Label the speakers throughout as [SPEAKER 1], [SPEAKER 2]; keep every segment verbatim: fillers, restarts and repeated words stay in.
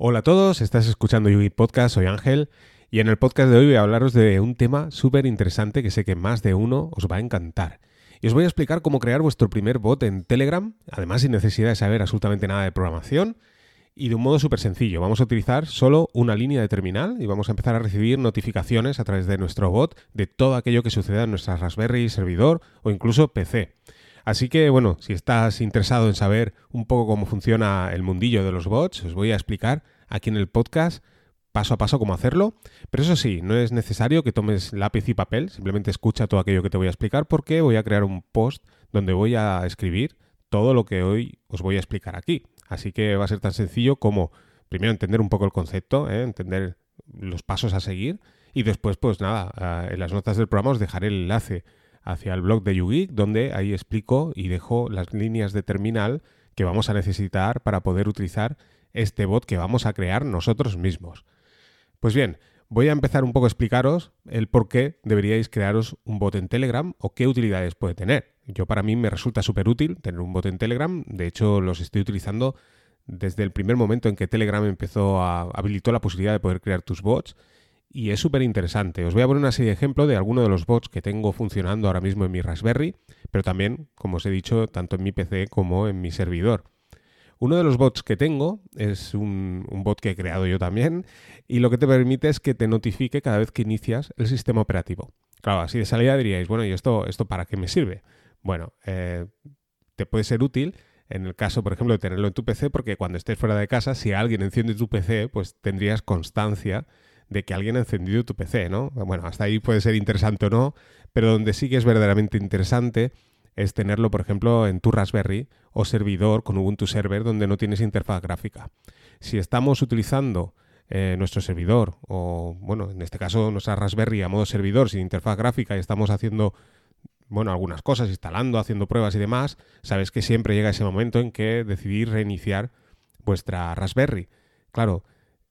[SPEAKER 1] Hola a todos, estás escuchando Yugi Podcast, soy Ángel y en el podcast de hoy voy a hablaros de un tema súper interesante que sé que más de uno os va a encantar. Y os voy a explicar cómo crear vuestro primer bot en Telegram, además sin necesidad de saber absolutamente nada de programación y de un modo súper sencillo. Vamos a utilizar solo una línea de terminal y vamos a empezar a recibir notificaciones a través de nuestro bot de todo aquello que suceda en nuestra Raspberry, servidor o incluso P C. Así que, bueno, si estás interesado en saber un poco cómo funciona el mundillo de los bots, os voy a explicar aquí en el podcast paso a paso cómo hacerlo. Pero eso sí, no es necesario que tomes lápiz y papel, simplemente escucha todo aquello que te voy a explicar porque voy a crear un post donde voy a escribir todo lo que hoy os voy a explicar aquí. Así que va a ser tan sencillo como, primero, entender un poco el concepto, ¿eh? entender los pasos a seguir y después, pues nada, en las notas del programa os dejaré el enlace hacia el blog de YouGeek, donde ahí explico y dejo las líneas de terminal que vamos a necesitar para poder utilizar este bot que vamos a crear nosotros mismos. Pues bien, voy a empezar un poco a explicaros el por qué deberíais crearos un bot en Telegram o qué utilidades puede tener. Yo, para mí, me resulta súper útil tener un bot en Telegram. De hecho, los estoy utilizando desde el primer momento en que Telegram empezó a habilitó la posibilidad de poder crear tus bots. Y es súper interesante. Os voy a poner una serie de ejemplos de algunos de los bots que tengo funcionando ahora mismo en mi Raspberry, pero también, como os he dicho, tanto en mi P C como en mi servidor. Uno de los bots que tengo es un, un bot que he creado yo también y lo que te permite es que te notifique cada vez que inicias el sistema operativo. Claro, así de salida diríais, bueno, ¿y esto, esto para qué me sirve? Bueno, eh, te puede ser útil en el caso, por ejemplo, de tenerlo en tu P C porque cuando estés fuera de casa, si alguien enciende tu P C, pues tendrías constancia de que alguien ha encendido tu P C, ¿no? Bueno, hasta ahí puede ser interesante o no, pero donde sí que es verdaderamente interesante es tenerlo, por ejemplo, en tu Raspberry o servidor con Ubuntu Server donde no tienes interfaz gráfica. Si estamos utilizando eh, nuestro servidor o, bueno, en este caso nuestra Raspberry a modo servidor sin interfaz gráfica y estamos haciendo, bueno, algunas cosas, instalando, haciendo pruebas y demás, sabes que siempre llega ese momento en que decidís reiniciar vuestra Raspberry. Claro,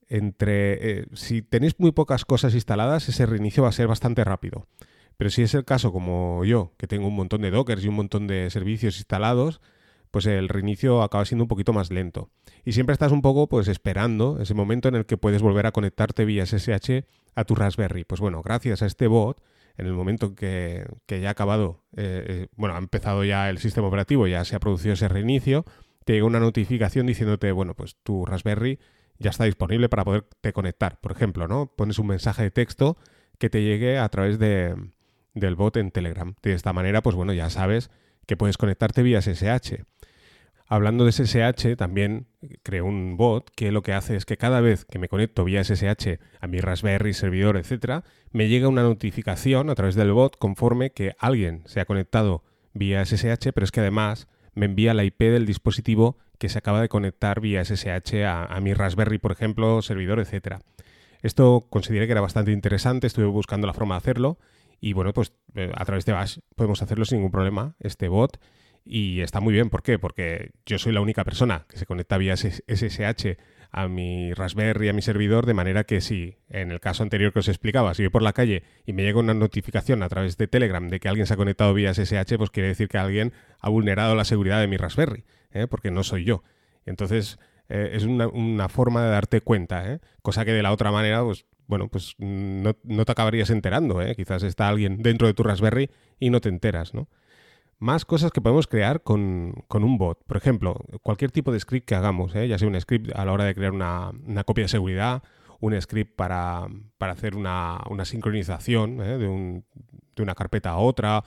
[SPEAKER 1] entre eh, si tenéis muy pocas cosas instaladas, ese reinicio va a ser bastante rápido. Pero si es el caso como yo, que tengo un montón de dockers y un montón de servicios instalados, pues el reinicio acaba siendo un poquito más lento. Y siempre estás un poco pues esperando ese momento en el que puedes volver a conectarte vía S S H a tu Raspberry. Pues bueno, gracias a este bot, en el momento que, que ya ha acabado, eh, eh, bueno, ha empezado ya el sistema operativo, ya se ha producido ese reinicio, te llega una notificación diciéndote, bueno, pues tu Raspberry ya está disponible para poderte conectar. Por ejemplo, ¿no? Pones un mensaje de texto que te llegue a través de, del bot en Telegram. De esta manera, pues bueno, ya sabes que puedes conectarte vía S S H. Hablando de S S H, también creo un bot que lo que hace es que cada vez que me conecto vía S S H a mi Raspberry, servidor, etcétera, me llega una notificación a través del bot conforme que alguien se ha conectado vía S S H, pero es que además me envía la I P del dispositivo que se acaba de conectar vía S S H a, a mi Raspberry, por ejemplo, servidor, etcétera. Esto consideré que era bastante interesante, estuve buscando la forma de hacerlo y bueno, pues a través de Bash podemos hacerlo sin ningún problema, este bot, y está muy bien. ¿Por qué? Porque yo soy la única persona que se conecta vía S S H a mi Raspberry, a mi servidor, de manera que si en el caso anterior que os explicaba, si voy por la calle y me llega una notificación a través de Telegram de que alguien se ha conectado vía S S H, pues quiere decir que alguien ha vulnerado la seguridad de mi Raspberry, ¿eh? Porque no soy yo. Entonces, eh, es una, una forma de darte cuenta, ¿eh? Cosa que de la otra manera, pues bueno, pues no, no te acabarías enterando, ¿eh? Quizás está alguien dentro de tu Raspberry y no te enteras, ¿no? Más cosas que podemos crear con, con un bot. Por ejemplo, cualquier tipo de script que hagamos, ¿eh? Ya sea un script a la hora de crear una, una copia de seguridad, un script para, para hacer una, una sincronización, ¿eh? de, un, de una carpeta a otra,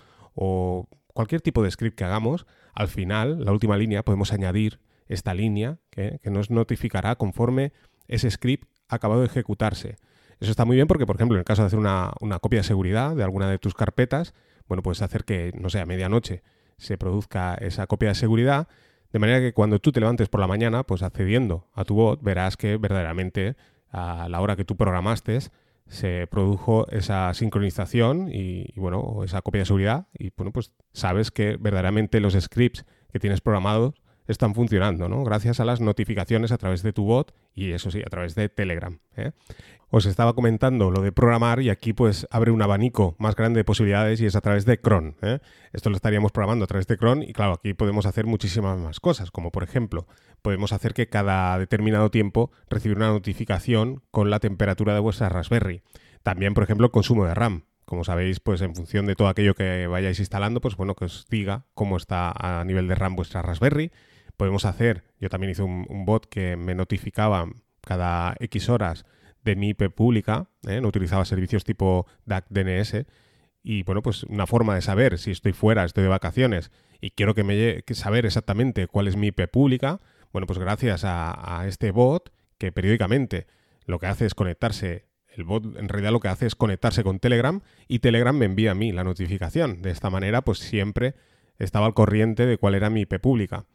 [SPEAKER 1] o cualquier tipo de script que hagamos, al final, la última línea, podemos añadir esta línea que, que nos notificará conforme ese script ha acabado de ejecutarse. Eso está muy bien porque, por ejemplo, en el caso de hacer una, una copia de seguridad de alguna de tus carpetas, bueno, puedes hacer que, no sé, a medianoche se produzca esa copia de seguridad, de manera que cuando tú te levantes por la mañana, pues accediendo a tu bot, verás que verdaderamente a la hora que tú programaste se produjo esa sincronización y, y bueno, esa copia de seguridad y, bueno, pues sabes que verdaderamente los scripts que tienes programados están funcionando, ¿no? Gracias a las notificaciones a través de tu bot y eso sí, a través de Telegram, ¿eh? Os estaba comentando lo de programar y aquí pues abre un abanico más grande de posibilidades y es a través de cron, ¿eh? Esto lo estaríamos programando a través de cron y claro, aquí podemos hacer muchísimas más cosas, como por ejemplo, podemos hacer que cada determinado tiempo recibir una notificación con la temperatura de vuestra Raspberry. También, por ejemplo, el consumo de RAM. Como sabéis, pues en función de todo aquello que vayáis instalando, pues bueno, que os diga cómo está a nivel de RAM vuestra Raspberry. Podemos hacer, yo también hice un, un bot que me notificaba cada X horas de mi I P pública, ¿eh? No utilizaba servicios tipo D A C D N S y bueno, pues una forma de saber si estoy fuera, estoy de vacaciones y quiero que me llegue, que saber exactamente cuál es mi I P pública, bueno, pues gracias a, a este bot que periódicamente lo que hace es conectarse, el bot en realidad lo que hace es conectarse con Telegram y Telegram me envía a mí la notificación. De esta manera, pues siempre estaba al corriente de cuál era mi I P pública.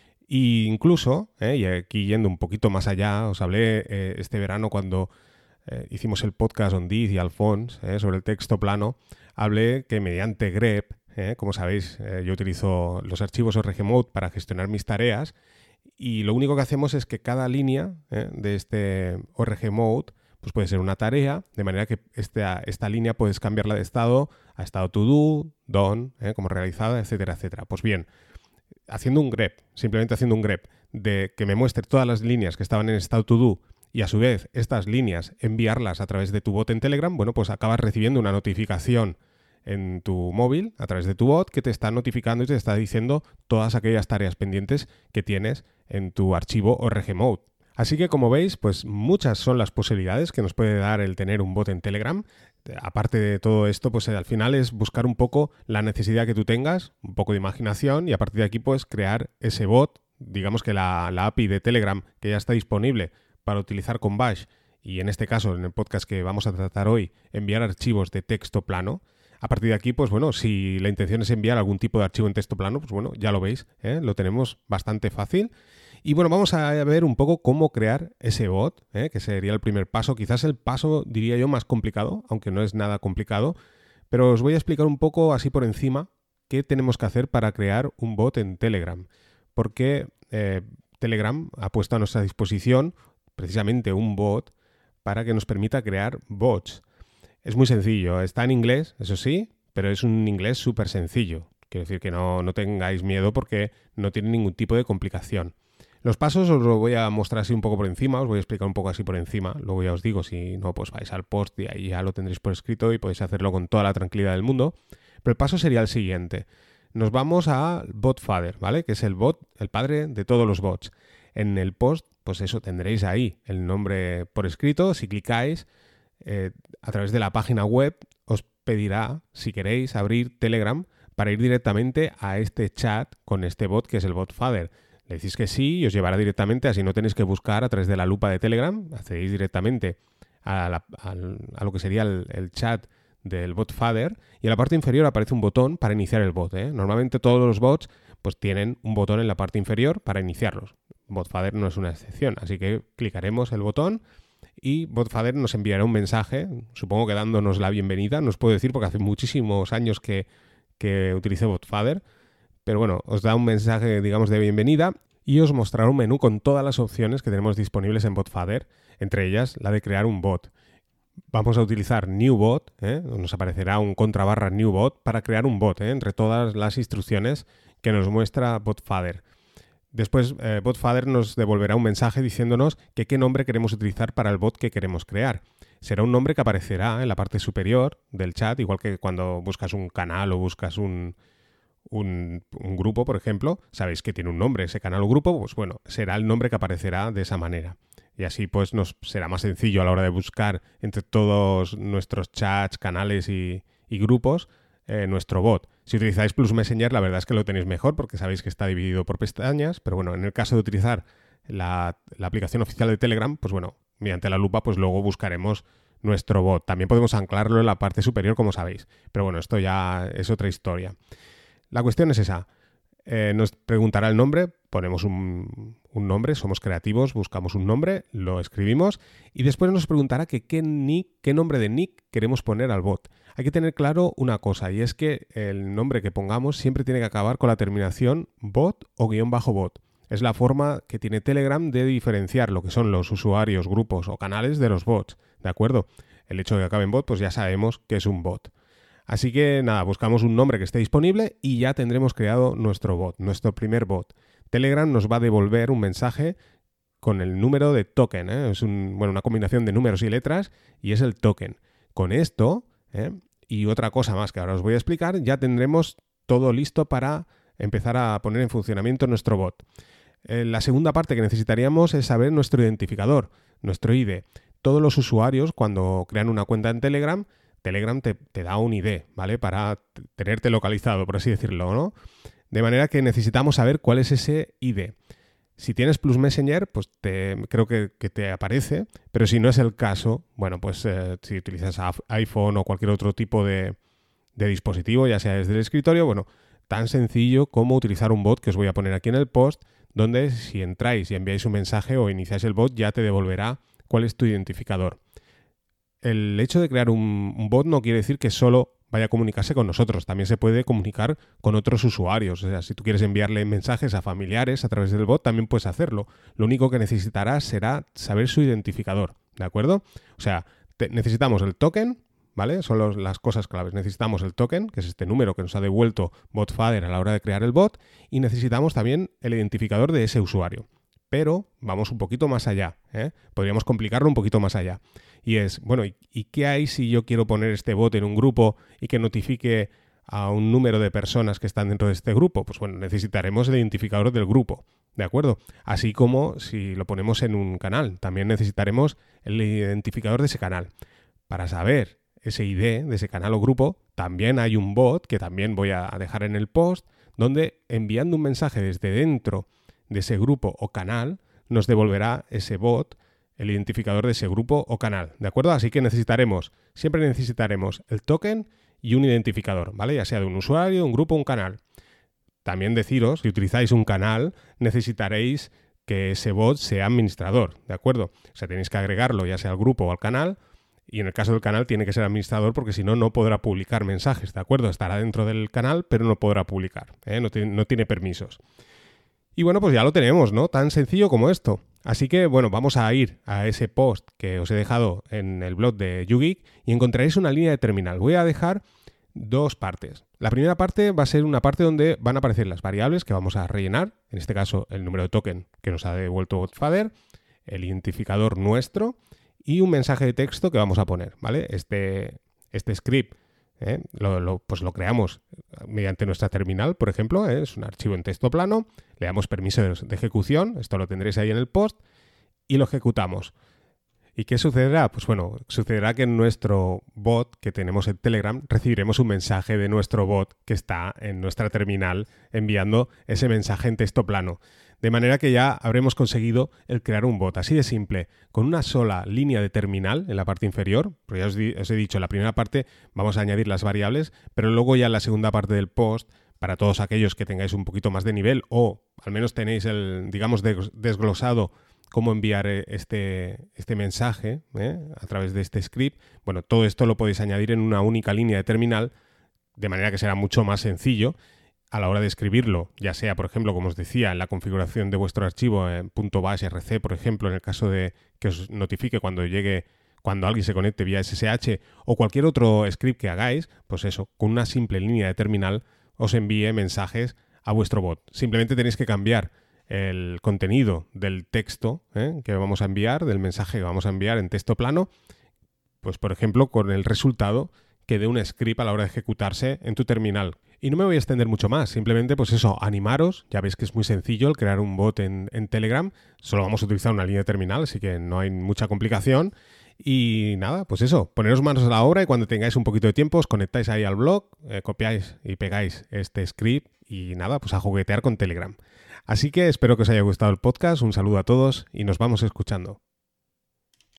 [SPEAKER 1] Y incluso, eh, y aquí yendo un poquito más allá, os hablé eh, este verano cuando eh, hicimos el podcast on Diz y Alphonse eh, sobre el texto plano, hablé que mediante grep, eh, como sabéis, eh, yo utilizo los archivos orgmode para gestionar mis tareas y lo único que hacemos es que cada línea eh, de este orgmode pues puede ser una tarea, de manera que esta, esta línea puedes cambiarla de estado a estado to do, done, eh, como realizada, etcétera, etcétera. Pues bien, haciendo un grep, simplemente haciendo un grep de que me muestre todas las líneas que estaban en estado to do y a su vez estas líneas enviarlas a través de tu bot en Telegram, bueno, pues acabas recibiendo una notificación en tu móvil a través de tu bot que te está notificando y te está diciendo todas aquellas tareas pendientes que tienes en tu archivo orgmode. Así que como veis, pues muchas son las posibilidades que nos puede dar el tener un bot en Telegram. Aparte de todo esto, pues al final es buscar un poco la necesidad que tú tengas, un poco de imaginación y a partir de aquí pues crear ese bot. Digamos que la, la A P I de Telegram que ya está disponible para utilizar con Bash y en este caso en el podcast que vamos a tratar hoy, enviar archivos de texto plano. A partir de aquí, pues bueno, si la intención es enviar algún tipo de archivo en texto plano, pues bueno, ya lo veis, ¿eh? Lo tenemos bastante fácil. Y bueno, vamos a ver un poco cómo crear ese bot, ¿eh? Que sería el primer paso. Quizás el paso, diría yo, más complicado, aunque no es nada complicado. Pero os voy a explicar un poco así por encima qué tenemos que hacer para crear un bot en Telegram. Porque eh, Telegram ha puesto a nuestra disposición precisamente un bot para que nos permita crear bots. Es muy sencillo, está en inglés, eso sí, pero es un inglés súper sencillo. Quiero decir que no, no tengáis miedo porque no tiene ningún tipo de complicación. Los pasos os los voy a mostrar así un poco por encima, os voy a explicar un poco así por encima, luego ya os digo, si no, pues vais al post y ahí ya lo tendréis por escrito y podéis hacerlo con toda la tranquilidad del mundo. Pero el paso sería el siguiente. Nos vamos a BotFather, ¿vale? Que es el bot, el padre de todos los bots. En el post, pues eso, tendréis ahí el nombre por escrito. Si clicáis eh, a través de la página web, os pedirá, si queréis, abrir Telegram para ir directamente a este chat con este bot que es el BotFather. Le decís que sí y os llevará directamente, así no tenéis que buscar a través de la lupa de Telegram, accedéis directamente a, la, a, a lo que sería el, el chat del BotFather y en la parte inferior aparece un botón para iniciar el bot, ¿eh? Normalmente todos los bots pues tienen un botón en la parte inferior para iniciarlos. BotFather no es una excepción, así que clicaremos el botón y BotFather nos enviará un mensaje, supongo que dándonos la bienvenida, no os puedo decir porque hace muchísimos años que, que utilicé BotFather. Pero bueno, os da un mensaje, digamos, de bienvenida y os mostrará un menú con todas las opciones que tenemos disponibles en BotFather, entre ellas la de crear un bot. Vamos a utilizar New Bot, ¿eh? Nos aparecerá un contra barra New Bot para crear un bot, ¿eh? Entre todas las instrucciones que nos muestra BotFather. Después, eh, BotFather nos devolverá un mensaje diciéndonos que qué nombre queremos utilizar para el bot que queremos crear. Será un nombre que aparecerá en la parte superior del chat, igual que cuando buscas un canal o buscas un... Un, un grupo, por ejemplo, sabéis que tiene un nombre ese canal o grupo, pues bueno, será el nombre que aparecerá de esa manera. Y así pues nos será más sencillo a la hora de buscar entre todos nuestros chats, canales y, y grupos eh, nuestro bot. Si utilizáis Plus Messenger, la verdad es que lo tenéis mejor porque sabéis que está dividido por pestañas, pero bueno, en el caso de utilizar la, la aplicación oficial de Telegram, pues bueno, mediante la lupa, pues luego buscaremos nuestro bot. También podemos anclarlo en la parte superior, como sabéis. Pero bueno, esto ya es otra historia. La cuestión es esa. Eh, nos preguntará el nombre, ponemos un, un nombre, somos creativos, buscamos un nombre, lo escribimos y después nos preguntará que qué, nick, qué nombre de nick queremos poner al bot. Hay que tener claro una cosa y es que el nombre que pongamos siempre tiene que acabar con la terminación bot o guión bajo bot. Es la forma que tiene Telegram de diferenciar lo que son los usuarios, grupos o canales de los bots, ¿de acuerdo? El hecho de que acabe en bot, pues ya sabemos que es un bot. Así que nada, buscamos un nombre que esté disponible y ya tendremos creado nuestro bot, nuestro primer bot. Telegram nos va a devolver un mensaje con el número de token, ¿eh? Es un, bueno, una combinación de números y letras y es el token. Con esto, ¿eh? Y otra cosa más que ahora os voy a explicar, ya tendremos todo listo para empezar a poner en funcionamiento nuestro bot. Eh, la segunda parte que necesitaríamos es saber nuestro identificador, nuestro I D. Todos los usuarios, cuando crean una cuenta en Telegram, Telegram te, te da un I D, ¿vale? Para tenerte localizado, por así decirlo, ¿no? De manera que necesitamos saber cuál es ese I D. Si tienes Plus Messenger, pues te, creo que, que te aparece, pero si no es el caso, bueno, pues eh, si utilizas iPhone o cualquier otro tipo de, de dispositivo, ya sea desde el escritorio, bueno, tan sencillo como utilizar un bot que os voy a poner aquí en el post, donde si entráis y enviáis un mensaje o iniciáis el bot, ya te devolverá cuál es tu identificador. El hecho de crear un, un bot no quiere decir que solo vaya a comunicarse con nosotros, también se puede comunicar con otros usuarios. O sea, si tú quieres enviarle mensajes a familiares a través del bot, también puedes hacerlo. Lo único que necesitarás será saber su identificador, ¿de acuerdo? O sea, te, necesitamos el token, ¿vale? Son los, las cosas claves. Necesitamos el token, que es este número que nos ha devuelto BotFader a la hora de crear el bot, y necesitamos también el identificador de ese usuario. Pero vamos un poquito más allá, ¿eh? Podríamos complicarlo un poquito más allá. Y es, bueno, ¿y, ¿y qué hay si yo quiero poner este bot en un grupo y que notifique a un número de personas que están dentro de este grupo? Pues bueno, necesitaremos el identificador del grupo, ¿de acuerdo? Así como si lo ponemos en un canal, también necesitaremos el identificador de ese canal. Para saber ese I D de ese canal o grupo, también hay un bot que también voy a dejar en el post, donde enviando un mensaje desde dentro de ese grupo o canal, nos devolverá ese bot el identificador de ese grupo o canal, ¿de acuerdo? Así que necesitaremos, siempre necesitaremos el token y un identificador, ¿vale? Ya sea de un usuario, un grupo o un canal. También deciros, si utilizáis un canal, necesitaréis que ese bot sea administrador, ¿de acuerdo? O sea, tenéis que agregarlo ya sea al grupo o al canal, y en el caso del canal tiene que ser administrador porque si no, no podrá publicar mensajes, ¿de acuerdo? Estará dentro del canal, pero no podrá publicar, ¿eh? No tiene, no tiene permisos. Y bueno, pues ya lo tenemos, ¿no? Tan sencillo como esto. Así que, bueno, vamos a ir a ese post que os he dejado en el blog de YouGeek y encontraréis una línea de terminal. Voy a dejar dos partes. La primera parte va a ser una parte donde van a aparecer las variables que vamos a rellenar, en este caso el número de token que nos ha devuelto BotFader, el identificador nuestro y un mensaje de texto que vamos a poner, ¿vale? Este, este script ¿eh? lo, lo, pues lo creamos mediante nuestra terminal, por ejemplo, ¿eh? Es un archivo en texto plano, le damos permiso de, de ejecución, esto lo tendréis ahí en el post, y lo ejecutamos. ¿Y qué sucederá? Pues bueno, sucederá que en nuestro bot que tenemos en Telegram recibiremos un mensaje de nuestro bot que está en nuestra terminal enviando ese mensaje en texto plano. De manera que ya habremos conseguido el crear un bot, así de simple, con una sola línea de terminal en la parte inferior. Porque ya os, di- os he dicho, en la primera parte vamos a añadir las variables, pero luego ya en la segunda parte del post, para todos aquellos que tengáis un poquito más de nivel o al menos tenéis el, digamos, desglosado cómo enviar este, este mensaje ¿eh? a través de este script, bueno, todo esto lo podéis añadir en una única línea de terminal, de manera que será mucho más sencillo a la hora de escribirlo, ya sea, por ejemplo, como os decía, en la configuración de vuestro archivo en .bash rc, por ejemplo, en el caso de que os notifique cuando llegue, cuando alguien se conecte vía S S H o cualquier otro script que hagáis, pues eso, con una simple línea de terminal os envíe mensajes a vuestro bot. Simplemente tenéis que cambiar el contenido del texto ¿eh? que vamos a enviar, del mensaje que vamos a enviar en texto plano, pues por ejemplo con el resultado que dé un script a la hora de ejecutarse en tu terminal. Y no me voy a extender mucho más, simplemente pues eso, animaros, ya veis que es muy sencillo el crear un bot en, en Telegram, solo vamos a utilizar una línea de terminal, así que no hay mucha complicación. Y nada, pues eso, poneros manos a la obra y cuando tengáis un poquito de tiempo os conectáis ahí al blog, eh, copiáis y pegáis este script y nada, pues a juguetear con Telegram. Así que espero que os haya gustado el podcast, un saludo a todos y nos vamos escuchando.